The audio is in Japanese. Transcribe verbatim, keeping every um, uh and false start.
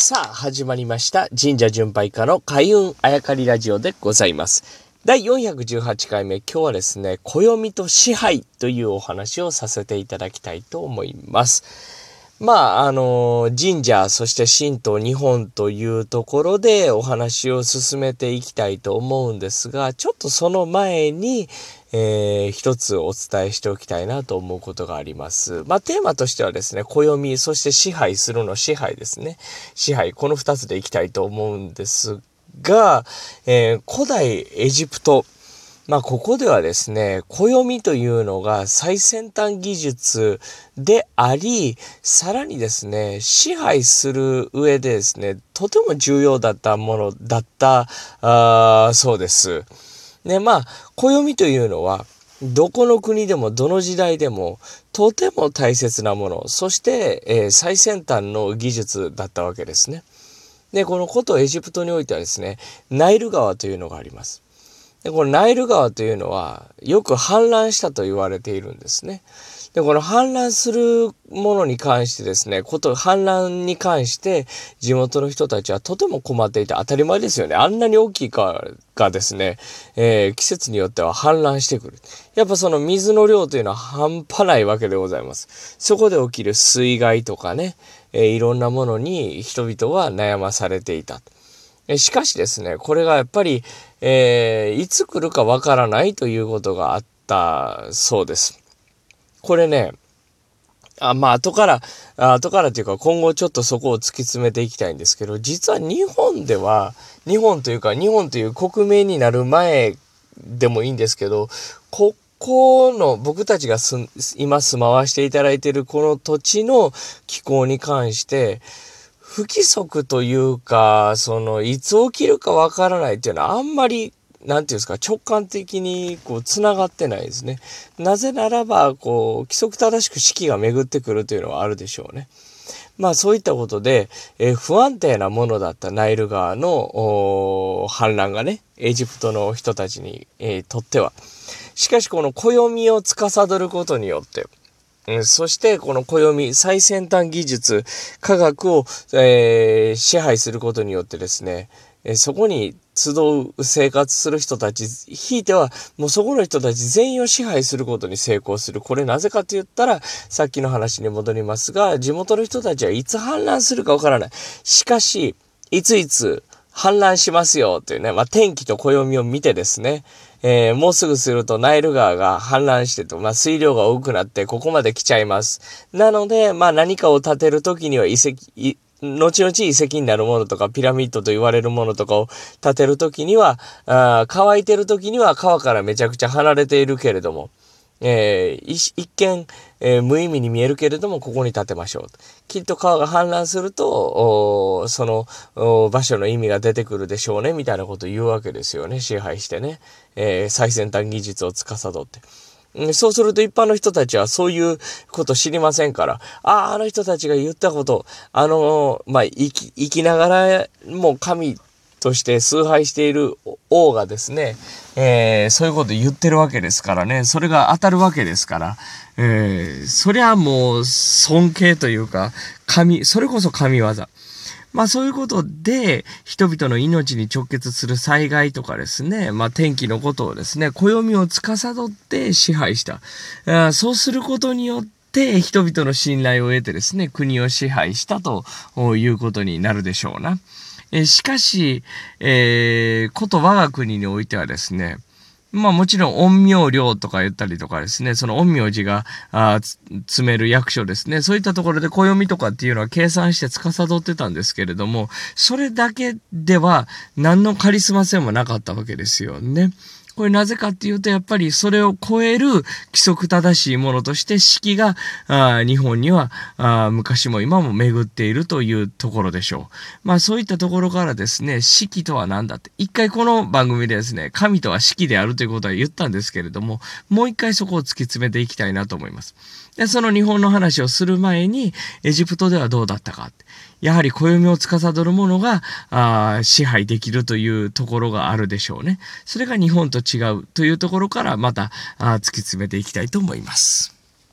さあ始まりました神社巡拝家の開運あやかりラジオでございます。だいよんひゃくじゅうはちかいめ、今日はですね、暦と支配というお話をさせていただきたいと思います。まああの神社、そして神道日本というところでお話を進めていきたいと思うんですが、ちょっとその前にえー、一つお伝えしておきたいなと思うことがあります。まあテーマとしてはですね、暦、そして支配するの支配ですね。支配、この二つでいきたいと思うんですが、えー、古代エジプト、まあここではですね、暦というのが最先端技術であり、さらにですね、支配する上でですね、とても重要だったものだった、あそうです。ね、まあ、暦というのは、どこの国でもどの時代でもとても大切なもの、そして、えー、最先端の技術だったわけですね。で、この古都エジプトにおいてはですね、ナイル川というのがあります。で、このナイル川というのは、よく氾濫したと言われているんですね。で、この氾濫するものに関してですね、こと、氾濫に関して地元の人たちはとても困っていて、当たり前ですよね。あんなに大きい川がですね、えー、季節によっては氾濫してくる。やっぱその水の量というのは半端ないわけでございます。そこで起きる水害とかね、えー、いろんなものに人々は悩まされていた。しかしですね、これがやっぱり、えー、いつ来るかわからないということがあったそうです。これね、あまあ後から、後からというか今後ちょっとそこを突き詰めていきたいんですけど、実は日本では、日本というか日本という国名になる前でもいいんですけど、ここの僕たちがす今住まわしていただいているこの土地の気候に関して、不規則というか、その、いつ起きるかわからないっていうのはあんまり、なんていうんですか、直感的にこう、つながってないですね。なぜならば、こう、規則正しく四季が巡ってくるというのはあるでしょうね。まあそういったことで、えー、不安定なものだったナイル川の氾濫がね、エジプトの人たちに、えー、とっては。しかしこの暦を司ることによって、そしてこの暦、最先端技術、科学を、えー、支配することによってですね、そこに集う生活する人たち、ひいてはもうそこの人たち全員を支配することに成功する。これなぜかと言ったら、さっきの話に戻りますが、地元の人たちはいつ氾濫するかわからない。しかし、いついつ氾濫しますよというね、まあ、天気と暦を見てですね、えー、もうすぐするとナイル川が氾濫してと、まあ、水量が多くなってここまで来ちゃいます。なので、まあ、何かを建てるときには遺跡、後々遺跡になるものとかピラミッドと言われるものとかを建てるときには、あ乾いてるときには川からめちゃくちゃ離れているけれども、えー、一見、えー、無意味に見えるけれどもここに建てましょう。きっと川が氾濫するとその場所の意味が出てくるでしょうねみたいなことを言うわけですよね。支配してね、えー、最先端技術を司って。そうすると一般の人たちはそういうこと知りませんから、ああ、あの人たちが言ったこと、あの、まあ、生き、生きながらもう神として崇拝している王がですね、えー、そういうこと言ってるわけですからね、それが当たるわけですから、えー、そりゃもう尊敬というか、神、それこそ神業。まあそういうことで人々の命に直結する災害とかですね、まあ天気のことをですね、暦を司って支配した。あそうすることによって人々の信頼を得てですね、国を支配したということになるでしょうな。えしかし、えー、こと我が国においてはですね、まあもちろん陰陽寮とか言ったりとかですね、その陰陽師があ詰める役所ですね、そういったところで暦とかっていうのは計算して司ってたんですけれども、それだけでは何のカリスマ性もなかったわけですよね。これなぜかっていうと、やっぱりそれを超える規則正しいものとして四季があ日本にはあ昔も今も巡っているというところでしょう。まあそういったところからですね、四季とは何だって、一回この番組でですね、神とは四季であるということは言ったんですけれども、もう一回そこを突き詰めていきたいなと思います。で、その日本の話をする前に、エジプトではどうだったか。やはり暦を司るものがあ支配できるというところがあるでしょうね。それが日本と違うというところからまたあ突き詰めていきたいと思います。